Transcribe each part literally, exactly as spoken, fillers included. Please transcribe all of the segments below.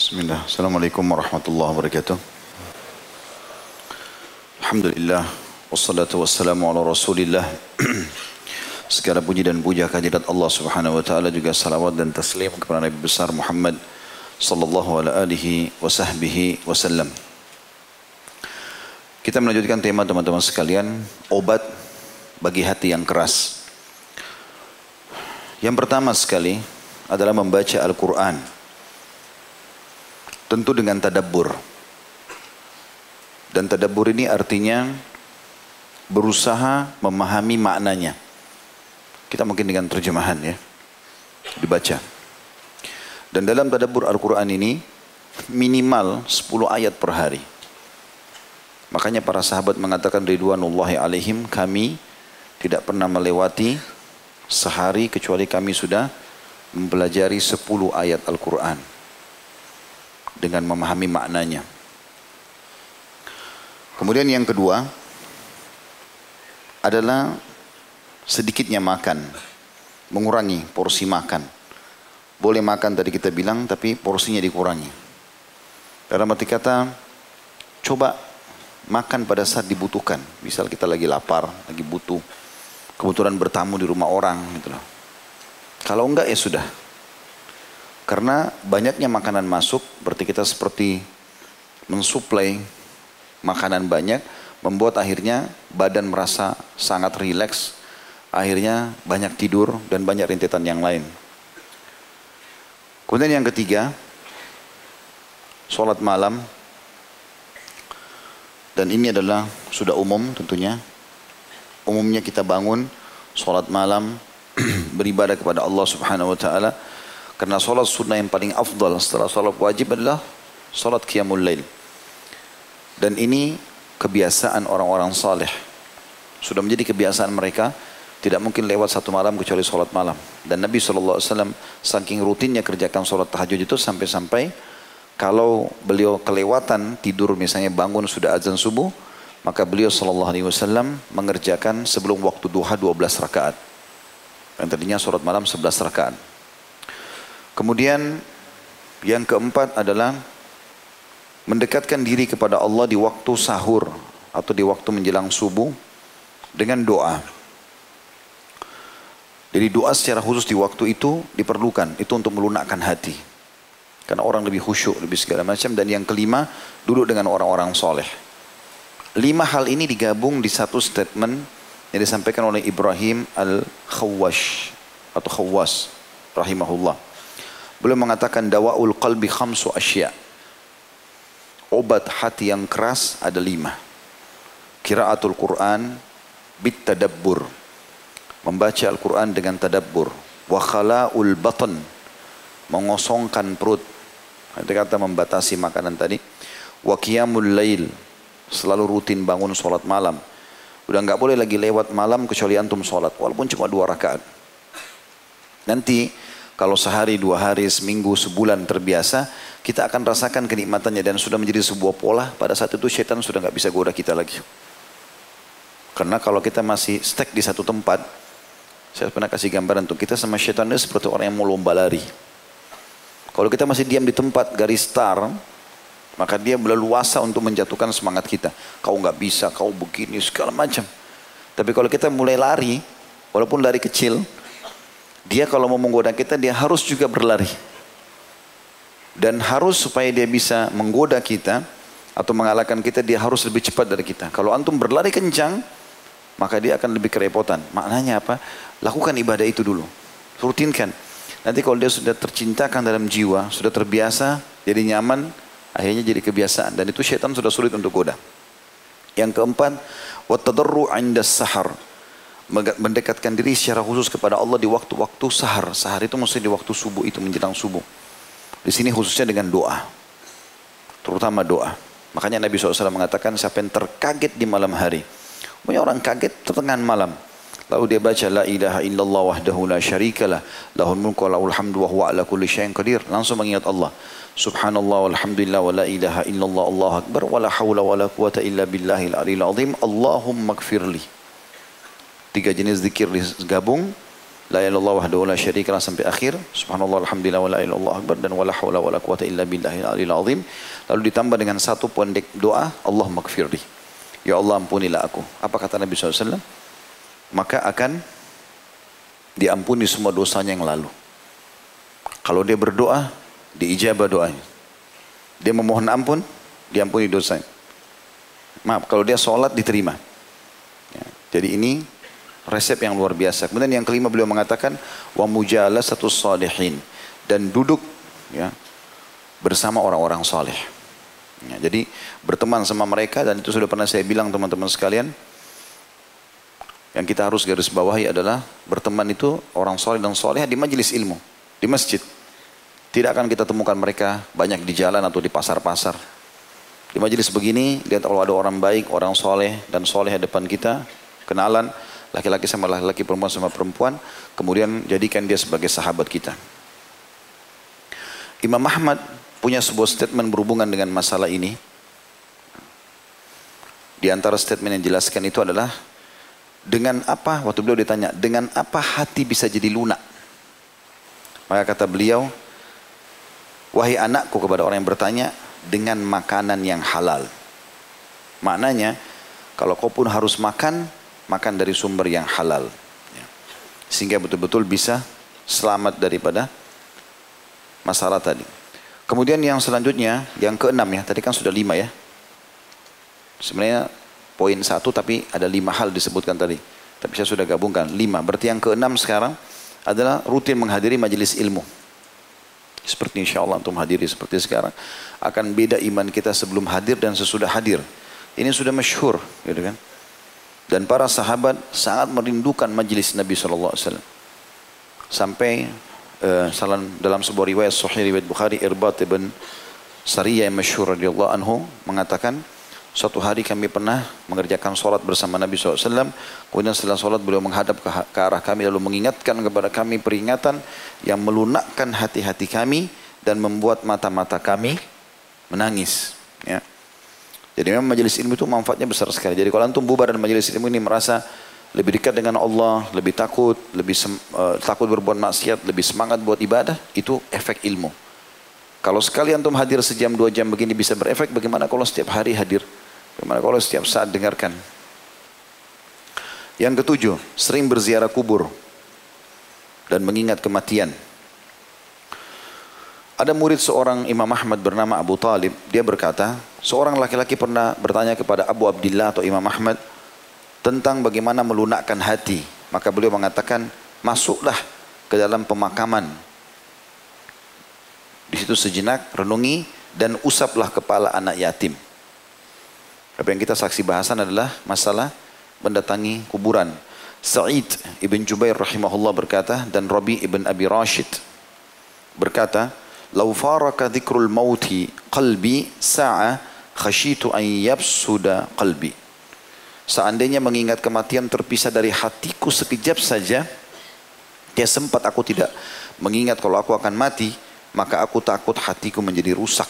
Bismillah. Assalamualaikum warahmatullahi wabarakatuh. Alhamdulillah. Wassalatu wassalamu ala rasulillah. Segala puji dan puja kehadirat Allah subhanahu wa ta'ala, juga salawat dan taslim kepada Nabi besar Muhammad sallallahu ala alihi wa sahbihi wasallam. Kita melanjutkan tema teman-teman sekalian, obat bagi hati yang keras. Yang pertama sekali adalah membaca Al-Quran. Tentu dengan tadabbur. Dan tadabbur ini artinya berusaha memahami maknanya. Kita mungkin dengan terjemahan ya, dibaca. Dan dalam tadabbur Al-Quran ini minimal sepuluh ayat per hari. Makanya para sahabat mengatakan ridwanullahi alaihim, kami tidak pernah melewati sehari kecuali kami sudah mempelajari sepuluh ayat Al-Quran dengan memahami maknanya. Kemudian yang kedua adalah sedikitnya makan, mengurangi porsi makan. Boleh makan tadi kita bilang, tapi porsinya dikurangi. Dalam arti kata, coba makan pada saat dibutuhkan. Misal kita lagi lapar, lagi butuh, kebetulan bertamu di rumah orang gitu loh. Kalau enggak ya sudah. Karena banyaknya makanan masuk, berarti kita seperti mensuplai makanan banyak, membuat akhirnya badan merasa sangat rileks, akhirnya banyak tidur dan banyak rentetan yang lain. Kemudian yang ketiga, sholat malam. Dan ini adalah sudah umum tentunya. Umumnya kita bangun, sholat malam, beribadah kepada Allah subhanahu wa ta'ala. Karena sholat sunnah yang paling afdal setelah sholat wajib adalah sholat qiyamul lail. Dan ini kebiasaan orang-orang saleh. Sudah menjadi kebiasaan mereka, tidak mungkin lewat satu malam kecuali sholat malam. Dan Nabi shallallahu alaihi wasallam saking rutinnya kerjakan sholat tahajud itu sampai-sampai kalau beliau kelewatan tidur, misalnya bangun sudah azan subuh, maka beliau shallallahu alaihi wasallam mengerjakan sebelum waktu duha dua belas rakaat. Yang tadinya sholat malam sebelas rakaat. Kemudian yang keempat adalah mendekatkan diri kepada Allah di waktu sahur atau di waktu menjelang subuh dengan doa. Jadi doa secara khusus di waktu itu diperlukan, itu untuk melunakkan hati. Karena orang lebih khusyuk, lebih segala macam. Dan yang kelima, duduk dengan orang-orang soleh. Lima hal ini digabung di satu statement yang disampaikan oleh Ibrahim Al-Khawwash atau Khawwas rahimahullah. Beliau mengatakan dawa'ul qalbi khamsu asya. Obat hati yang keras ada lima. Qiraatul Quran bit tadabbur. Membaca Al-Quran dengan tadabbur. Wa khala'ul batan. Mengosongkan perut. Itu kata membatasi makanan tadi. Wa qiyamul lail. Selalu rutin bangun sholat malam. Udah enggak boleh lagi lewat malam kecuali antum sholat. Walaupun cuma dua rakaat. Nanti kalau sehari, dua hari, seminggu, sebulan terbiasa, kita akan rasakan kenikmatannya dan sudah menjadi sebuah pola. Pada saat itu syaitan sudah nggak bisa goda kita lagi. Karena kalau kita masih stuck di satu tempat, saya pernah kasih gambaran tuh, kita sama syaitan itu seperti orang yang mau lomba lari. Kalau kita masih diam di tempat garis start, maka dia berleluasa untuk menjatuhkan semangat kita. Kau nggak bisa, kau begini, segala macam. Tapi kalau kita mulai lari, walaupun lari kecil, dia kalau mau menggoda kita, dia harus juga berlari. Dan harus supaya dia bisa menggoda kita atau mengalahkan kita, dia harus lebih cepat dari kita. Kalau antum berlari kencang, maka dia akan lebih kerepotan. Maknanya apa? Lakukan ibadah itu dulu. Rutinkan. Nanti kalau dia sudah tercintakan dalam jiwa, sudah terbiasa, jadi nyaman, akhirnya jadi kebiasaan. Dan itu syaitan sudah sulit untuk goda. Yang keempat, wattadarru 'inda sahar. Mendekatkan diri secara khusus kepada Allah di waktu-waktu sahar. Sahar itu maksudnya di waktu subuh, itu menjelang subuh. Di sini khususnya dengan doa. Terutama doa. Makanya Nabi shallallahu alaihi wasallam mengatakan siapa yang terkaget di malam hari. Banyak orang kaget pertengahan malam. Lalu dia baca la ilaha illallah wahdahu la syarikalah lahul mulku wa lahul hamdu wa huwa ala kulli syai'in qadir. Langsung mengingat Allah. Subhanallah walhamdulillah wa la ilaha illallah Allahu akbar wa la hawla wa la quwata illa billahil aliyil azim. Allahumma gfirli. Tiga jenis zikir digabung La ilaha illallah wahdahu la syarika lah sampai akhir. Subhanallah alhamdulillah wa la ilaha illallah akbar dan wala haula wala quwata illa billahil aliyil azim. Lalu ditambah dengan satu pendek doa, Allahumma gfirli. Ya Allah ampunilah aku. Apa kata Nabi shallallahu alaihi wasallam? Maka akan diampuni semua dosanya yang lalu. Kalau dia berdoa, diijabah doanya. Dia memohon ampun, diampuni dosanya. Maaf, kalau dia sholat diterima. Ya, jadi ini resep yang luar biasa. Kemudian yang kelima beliau mengatakan wa mujalasatus shalihin, dan duduk ya bersama orang-orang saleh. Ya, jadi berteman sama mereka, dan itu sudah pernah saya bilang teman-teman sekalian. Yang kita harus garis bawahi adalah berteman itu orang saleh dan salehah di majelis ilmu, di masjid. Tidak akan kita temukan mereka banyak di jalan atau di pasar-pasar. Di majelis begini, lihat kalau ada orang baik, orang saleh dan salehah depan kita, kenalan. Laki-laki sama laki-laki, perempuan sama perempuan, kemudian jadikan dia sebagai sahabat kita. Imam Ahmad punya sebuah statement berhubungan dengan masalah ini. Di antara statement yang dijelaskan itu adalah, dengan apa, waktu beliau ditanya, dengan apa hati bisa jadi lunak? Maka kata beliau, wahai anakku, kepada orang yang bertanya, dengan makanan yang halal. Maknanya, kalau kau pun harus makan, makan dari sumber yang halal, sehingga betul-betul bisa selamat daripada masalah tadi. Kemudian yang selanjutnya, yang keenam ya, tadi kan sudah lima ya. Sebenarnya poin satu tapi ada lima hal disebutkan tadi. Tapi saya sudah gabungkan lima. Berarti yang keenam sekarang adalah rutin menghadiri majelis ilmu. Seperti insya Allah untuk menghadiri seperti sekarang. Akan beda iman kita sebelum hadir dan sesudah hadir. Ini sudah masyhur, gitu kan. Dan para sahabat sangat merindukan majelis Nabi shallallahu alaihi wasallam. Sampai uh, dalam sebuah riwayat Sahih riwayat Bukhari, Irbad ibn Sariyah yang masyhur radhiyallahu anhu mengatakan, suatu hari kami pernah mengerjakan sholat bersama Nabi shallallahu alaihi wasallam. Kemudian setelah sholat beliau menghadap ke, ke arah kami lalu mengingatkan kepada kami peringatan yang melunakkan hati-hati kami dan membuat mata-mata kami menangis. Ya. Jadi memang majelis ilmu itu manfaatnya besar sekali. Jadi kalau antum bubar dan majelis ilmu ini merasa lebih dekat dengan Allah, lebih takut, lebih sem, uh, takut berbuat maksiat, lebih semangat buat ibadah, itu efek ilmu. Kalau sekali antum hadir sejam dua jam begini bisa berefek, bagaimana kalau setiap hari hadir? Bagaimana kalau setiap saat dengarkan? Yang ketujuh, sering berziarah kubur dan mengingat kematian. Ada murid seorang Imam Ahmad bernama Abu Talib. Dia berkata, seorang laki-laki pernah bertanya kepada Abu Abdillah atau Imam Ahmad tentang bagaimana melunakkan hati. Maka beliau mengatakan, masuklah ke dalam pemakaman. Di situ sejenak renungi dan usaplah kepala anak yatim. Apa yang kita saksi bahasan adalah masalah mendatangi kuburan. Sa'id ibn Jubair rahimahullah berkata, dan Rabi ibn Abi Rashid berkata, "Lau faraka dzikrul mauti qalbi sa'a khasyitu an yabsuda qalbi." Seandainya mengingat kematian terpisah dari hatiku sekejap saja, dia sempat aku tidak mengingat kalau aku akan mati, maka aku takut hatiku menjadi rusak.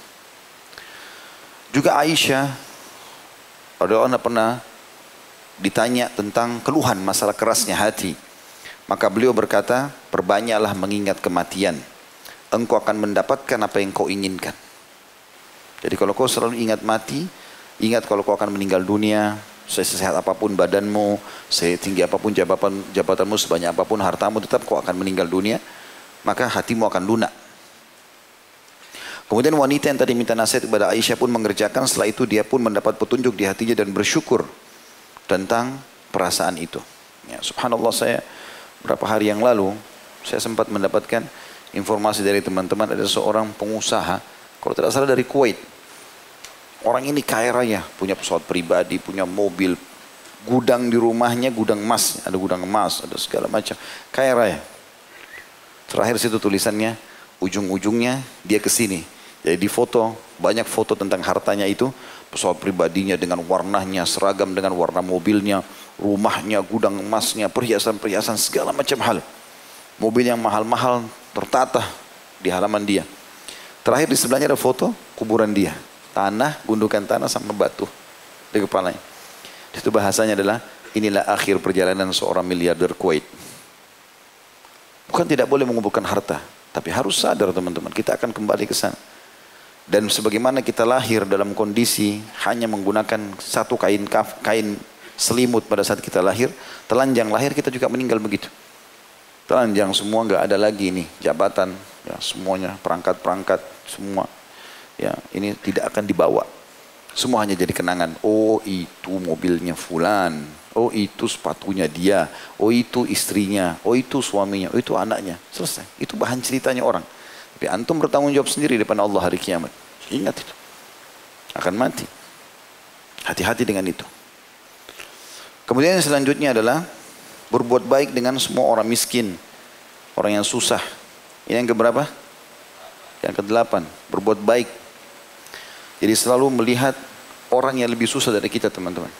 Juga Aisyah radhiyallahu anha pernah ditanya tentang keluhan masalah kerasnya hati. Maka beliau berkata, perbanyaklah mengingat kematian. Engkau akan mendapatkan apa yang kau inginkan. Jadi kalau kau selalu ingat mati, ingat kalau kau akan meninggal dunia, sesehat apapun badanmu, setinggi apapun jabatan, jabatanmu, sebanyak apapun hartamu, tetap kau akan meninggal dunia, maka hatimu akan lunak. Kemudian wanita yang tadi minta nasihat kepada Aisyah pun mengerjakan, setelah itu dia pun mendapat petunjuk di hatinya dan bersyukur tentang perasaan itu. Ya, subhanallah, saya beberapa hari yang lalu, saya sempat mendapatkan informasi dari teman-teman, ada seorang pengusaha, kalau tidak salah dari Kuwait. Orang ini kaya raya, punya pesawat pribadi, punya mobil, gudang di rumahnya, gudang emas, ada gudang emas, ada segala macam, kaya raya. Terakhir situ tulisannya, ujung-ujungnya dia ke sini. Jadi di foto, banyak foto tentang hartanya itu, pesawat pribadinya dengan warnanya, seragam dengan warna mobilnya, rumahnya, gudang emasnya, perhiasan-perhiasan, segala macam hal. Mobil yang mahal-mahal tertata di halaman dia. Terakhir di sebelahnya ada foto kuburan dia. Tanah, gundukan tanah sama batu di kepalanya. Itu bahasanya adalah, inilah akhir perjalanan seorang miliarder Kuwait. Bukan tidak boleh mengumpulkan harta, tapi harus sadar teman-teman, kita akan kembali ke sana. Dan sebagaimana kita lahir dalam kondisi hanya menggunakan satu kain kaf, kain selimut pada saat kita lahir, telanjang lahir kita juga meninggal begitu. Telanjang semua, nggak ada lagi nih jabatan, ya semuanya perangkat-perangkat semua, ya ini tidak akan dibawa. Semua hanya jadi kenangan. Oh itu mobilnya fulan, oh itu sepatunya dia, oh itu istrinya, oh itu suaminya, oh itu anaknya. Selesai. Itu bahan ceritanya orang. Tapi antum bertanggung jawab sendiri di depan Allah hari kiamat. Ingat itu. Akan mati. Hati-hati dengan itu. Kemudian yang selanjutnya adalah berbuat baik dengan semua orang miskin, orang yang susah. Ini yang keberapa? Yang kedelapan, berbuat baik. Jadi selalu melihat orang yang lebih susah dari kita teman-teman.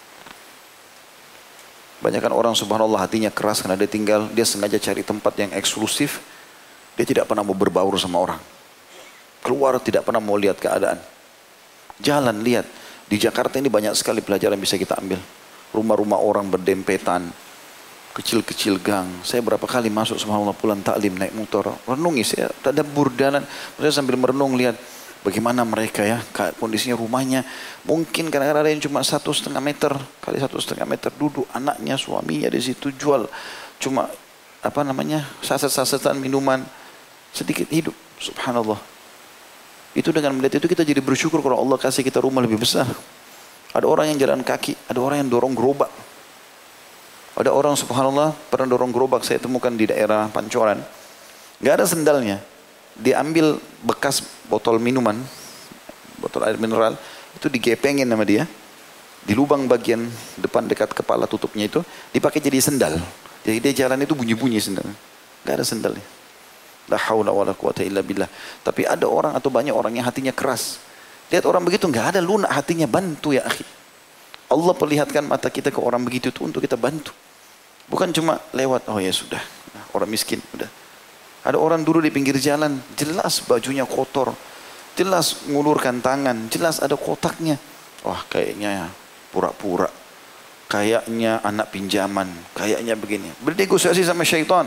Banyak kan orang subhanallah hatinya keras karena dia tinggal, dia sengaja cari tempat yang eksklusif. Dia tidak pernah mau berbaur sama orang. Keluar tidak pernah mau lihat keadaan. Jalan lihat. Di Jakarta ini banyak sekali pelajaran bisa kita ambil. Rumah-rumah orang berdempetan. Kecil-kecil gang. Saya berapa kali masuk subhanallah pulang taklim naik motor. Renungi saya tadabbur jalan. Saya sambil merenung lihat bagaimana mereka ya kondisinya rumahnya. Mungkin kadang-kadang ada yang cuma satu setengah meter kali satu setengah meter duduk anaknya suaminya di situ jual cuma apa namanya saset-sasetan minuman sedikit hidup. Subhanallah. Itu dengan melihat itu kita jadi bersyukur kalau Allah kasih kita rumah lebih besar. Ada orang yang jalan kaki, ada orang yang dorong gerobak. Ada orang subhanallah pernah dorong gerobak saya temukan di daerah Pancoran. Gak ada sendalnya. Dia ambil bekas botol minuman, botol air mineral, itu digepengin sama dia. Di lubang bagian depan dekat kepala tutupnya itu, dipakai jadi sendal. Jadi dia jalan itu bunyi-bunyi sendal. Gak ada sendalnya. La haula wala quwata illa billah. Tapi ada orang atau banyak orang yang hatinya keras. Lihat orang begitu gak ada lunak hatinya, bantu ya akhi. Allah perlihatkan mata kita ke orang begitu itu untuk kita bantu. Bukan cuma lewat, oh ya sudah, orang miskin, udah. Ada orang dulu di pinggir jalan, jelas bajunya kotor, jelas ngulurkan tangan, jelas ada kotaknya. Wah kayaknya ya, pura-pura, kayaknya anak pinjaman, kayaknya begini. Bernegosiasi sama syaitan.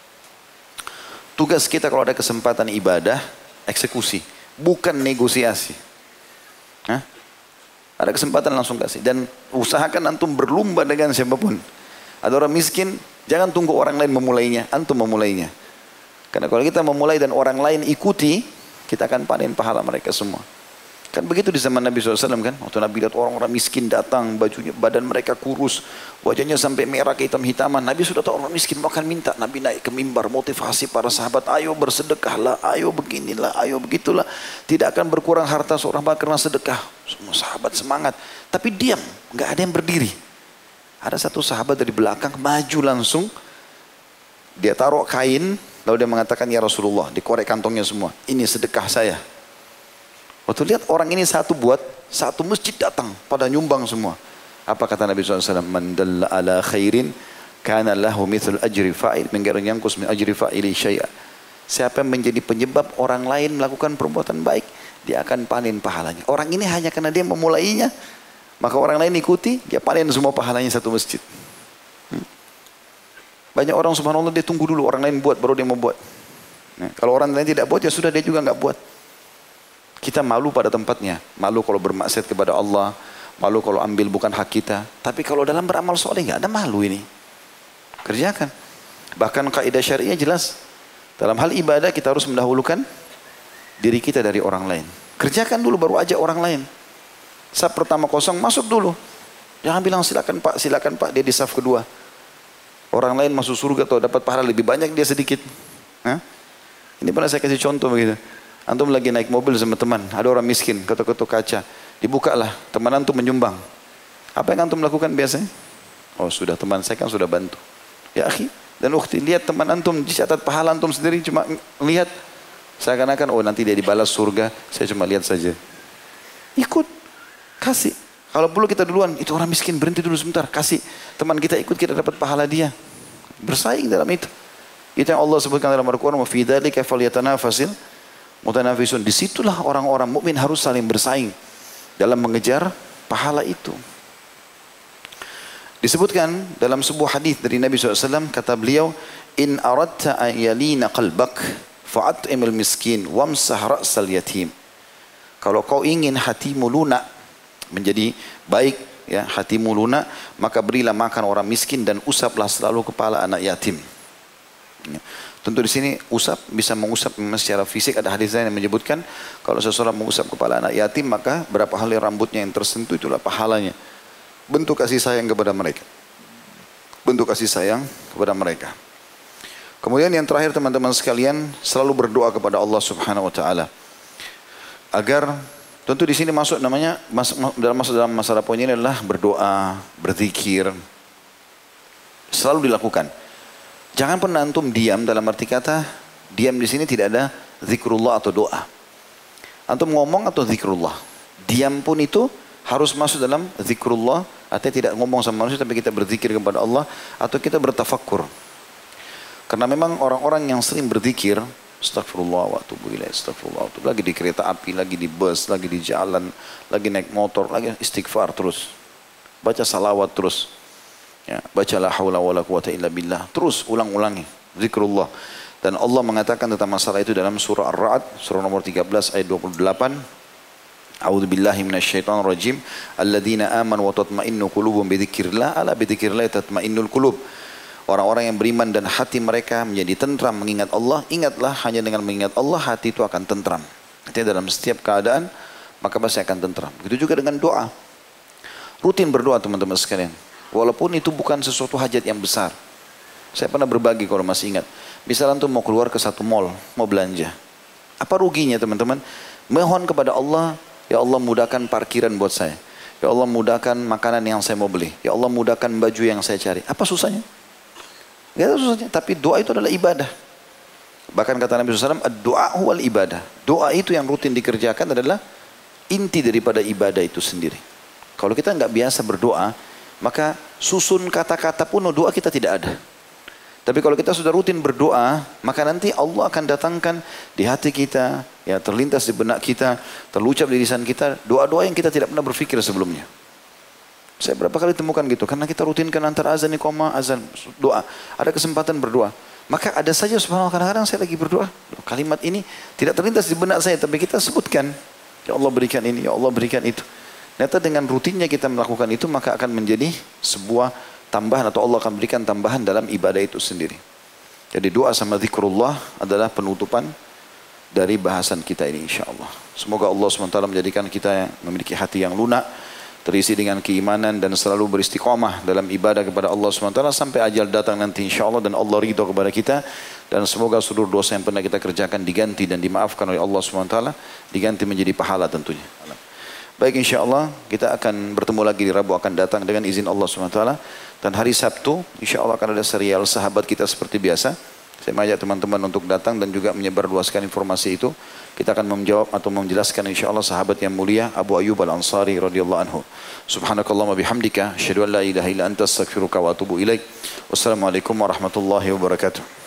Tugas kita kalau ada kesempatan ibadah, eksekusi, bukan negosiasi. Hah? Ada kesempatan langsung kasih. Dan usahakan antum berlumba dengan siapapun. Ada orang miskin, jangan tunggu orang lain memulainya, antum memulainya. Karena kalau kita memulai dan orang lain ikuti, kita akan panen pahala mereka semua. Kan begitu di zaman Nabi shallallahu alaihi wasallam kan. Waktu Nabi lihat orang-orang miskin datang, bajunya, badan mereka kurus, wajahnya sampai merah kehitam-hitaman. Nabi sudah tahu orang miskin makan minta. Nabi naik ke mimbar motivasi para sahabat, ayo bersedekahlah, ayo beginilah, ayo begitulah. Tidak akan berkurang harta seorang karena sedekah. Semua sahabat semangat. Tapi diam, nggak ada yang berdiri. Ada satu sahabat dari belakang maju langsung. Dia taruh kain. Lalu dia mengatakan, ya Rasulullah, dikorek kantongnya semua. Ini sedekah saya. Waktu lihat orang ini satu buat, satu masjid datang pada nyumbang semua. Apa kata Nabi shallallahu alaihi wasallam? Man dalla ala khairin, kana lahu mithul ajri fa'il, min ghairi yanqus min ajri fa'ili syai'a. Siapa yang menjadi penyebab orang lain melakukan perbuatan baik, dia akan panen pahalanya. Orang ini hanya karena dia memulainya, maka orang lain ikuti, dia panen semua pahalanya satu masjid. Hmm. Banyak orang subhanallah dia tunggu dulu orang lain buat baru dia mau buat. Nah, kalau orang lain tidak buat ya sudah dia juga nggak buat. Kita malu pada tempatnya, malu kalau bermaksiat kepada Allah, malu kalau ambil bukan hak kita. Tapi kalau dalam beramal soleh nggak ada malu ini. Kerjakan. Bahkan kaidah syariah jelas. Dalam hal ibadah kita harus mendahulukan diri kita dari orang lain. Kerjakan dulu baru ajak orang lain. Saf pertama kosong masuk dulu. Jangan bilang silakan Pak, silakan Pak, dia di saf kedua. Orang lain masuk surga atau dapat pahala lebih banyak, dia sedikit. Hah? Ini pernah saya kasih contoh begitu. Antum lagi naik mobil sama teman, ada orang miskin, ketuk-ketuk kaca. Dibukalah, teman antum menyumbang. Apa yang antum lakukan biasanya? Oh sudah, teman saya kan sudah bantu. Ya akhi, dan ukhti, lihat teman antum, dicatat pahala antum sendiri, cuma lihat. Seakan-akan, oh nanti dia dibalas surga, saya cuma lihat saja. Ikut, kasih. Kalau perlu kita duluan, itu orang miskin, berhenti dulu sebentar, kasih. Teman kita ikut, kita dapat pahala dia. Bersaing dalam itu. Itu yang Allah sebutkan dalam Al-Quran, wa fi dzalika falyatanafasil mutanafisun. Disitulah orang-orang mukmin harus saling bersaing dalam mengejar pahala itu. Disebutkan dalam sebuah hadis dari Nabi shallallahu alaihi wasallam, kata beliau, in aradta an yalina qalbak fa'at'imil miskin wamsah ra'sal yatim. Kalau kau ingin hatimu lunak, menjadi baik, ya, hatimu lunak, maka berilah makan orang miskin dan usaplah selalu kepala anak yatim. Ya. Tentu di sini usap bisa mengusap secara fisik. Ada hadis lain yang menyebutkan kalau seseorang mengusap kepala anak yatim, maka berapa helai rambutnya yang tersentuh itulah pahalanya. Bentuk kasih sayang kepada mereka. Bentuk kasih sayang kepada mereka. Kemudian yang terakhir teman-teman sekalian, selalu berdoa kepada Allah Subhanahu wa taala. Agar tentu di sini masuk namanya mas, dalam masuk dalam masalah poin ini adalah berdoa, berzikir. Selalu dilakukan. Jangan pernah antum diam, dalam arti kata diam di sini tidak ada zikrullah atau doa. Antum ngomong atau zikrullah. Diam pun itu harus masuk dalam zikrullah, artinya tidak ngomong sama manusia tapi kita berzikir kepada Allah atau kita bertafakkur. Karena memang orang-orang yang sering berzikir, astagfirullah wa atubu ilaih, astagfirullah wa atubu, lagi di kereta api, lagi di bus, lagi di jalan, lagi naik motor, lagi istighfar terus. Baca salawat terus. Ya, baca la haula wala quwata illa billah, terus ulang-ulangi zikrullah. Dan Allah mengatakan tentang masalah itu dalam surah Ar-Ra'd, surah nomor tiga belas ayat dua puluh delapan. A'udzu billahi minasyaitonir rajim. Alladzina amanu wa tatma'innu qulubuhum bidzikrillah, ala bidzikrillah tatma'innul qulub. Orang-orang yang beriman dan hati mereka menjadi tentram mengingat Allah, ingatlah hanya dengan mengingat Allah hati itu akan tentram. Artinya dalam setiap keadaan maka pasti akan tentram. Begitu juga dengan doa. Rutin berdoa teman-teman sekalian. Walaupun itu bukan sesuatu hajat yang besar. Saya pernah berbagi kalau masih ingat. Misalnya antum mau keluar ke satu mall, mau belanja. Apa ruginya teman-teman? Mohon kepada Allah, ya Allah mudahkan parkiran buat saya. Ya Allah mudahkan makanan yang saya mau beli. Ya Allah mudahkan baju yang saya cari. Apa susahnya? Gak ada susahnya. Tapi doa itu adalah ibadah. Bahkan kata Nabi shallallahu alaihi wasallam, doa huwal ibadah. Doa itu yang rutin dikerjakan adalah inti daripada ibadah itu sendiri. Kalau kita nggak biasa berdoa, maka susun kata-kata pun doa kita tidak ada. Tapi kalau kita sudah rutin berdoa, maka nanti Allah akan datangkan di hati kita, ya terlintas di benak kita, terlucap di lisan kita, doa-doa yang kita tidak pernah berpikir sebelumnya. Saya berapa kali temukan gitu, karena kita rutinkan antara azan, iqamah, azan, doa. Ada kesempatan berdoa. Maka ada saja subhanallah kadang-kadang saya lagi berdoa, kalimat ini tidak terlintas di benak saya, tapi kita sebutkan, ya Allah berikan ini, ya Allah berikan itu. Ternyata dengan rutinnya kita melakukan itu, maka akan menjadi sebuah tambahan atau Allah akan berikan tambahan dalam ibadah itu sendiri. Jadi doa sama zikrullah adalah penutupan dari bahasan kita ini insyaAllah. Semoga Allah subhanahu wa taala menjadikan kita yang memiliki hati yang lunak, terisi dengan keimanan dan selalu beristiqamah dalam ibadah kepada Allah subhanahu wa taala sampai ajal datang nanti insyaAllah dan Allah ridho kepada kita. Dan semoga seluruh dosa yang pernah kita kerjakan diganti dan dimaafkan oleh Allah subhanahu wa taala, diganti menjadi pahala tentunya. Baik, insyaAllah kita akan bertemu lagi di Rabu akan datang dengan izin Allah subhanahu wa taala. Dan hari Sabtu insyaAllah akan ada serial sahabat kita seperti biasa. Saya mengajak teman-teman untuk datang dan juga menyebarluaskan informasi itu. Kita akan menjawab atau menjelaskan insyaAllah sahabat yang mulia Abu Ayyub Al-Ansari radhiyallahu anhu. Subhanakallahumma bihamdika asyhadu an la ilaha illa anta astaghfiruka wa atubu ilaik. Wassalamualaikum warahmatullahi wabarakatuh.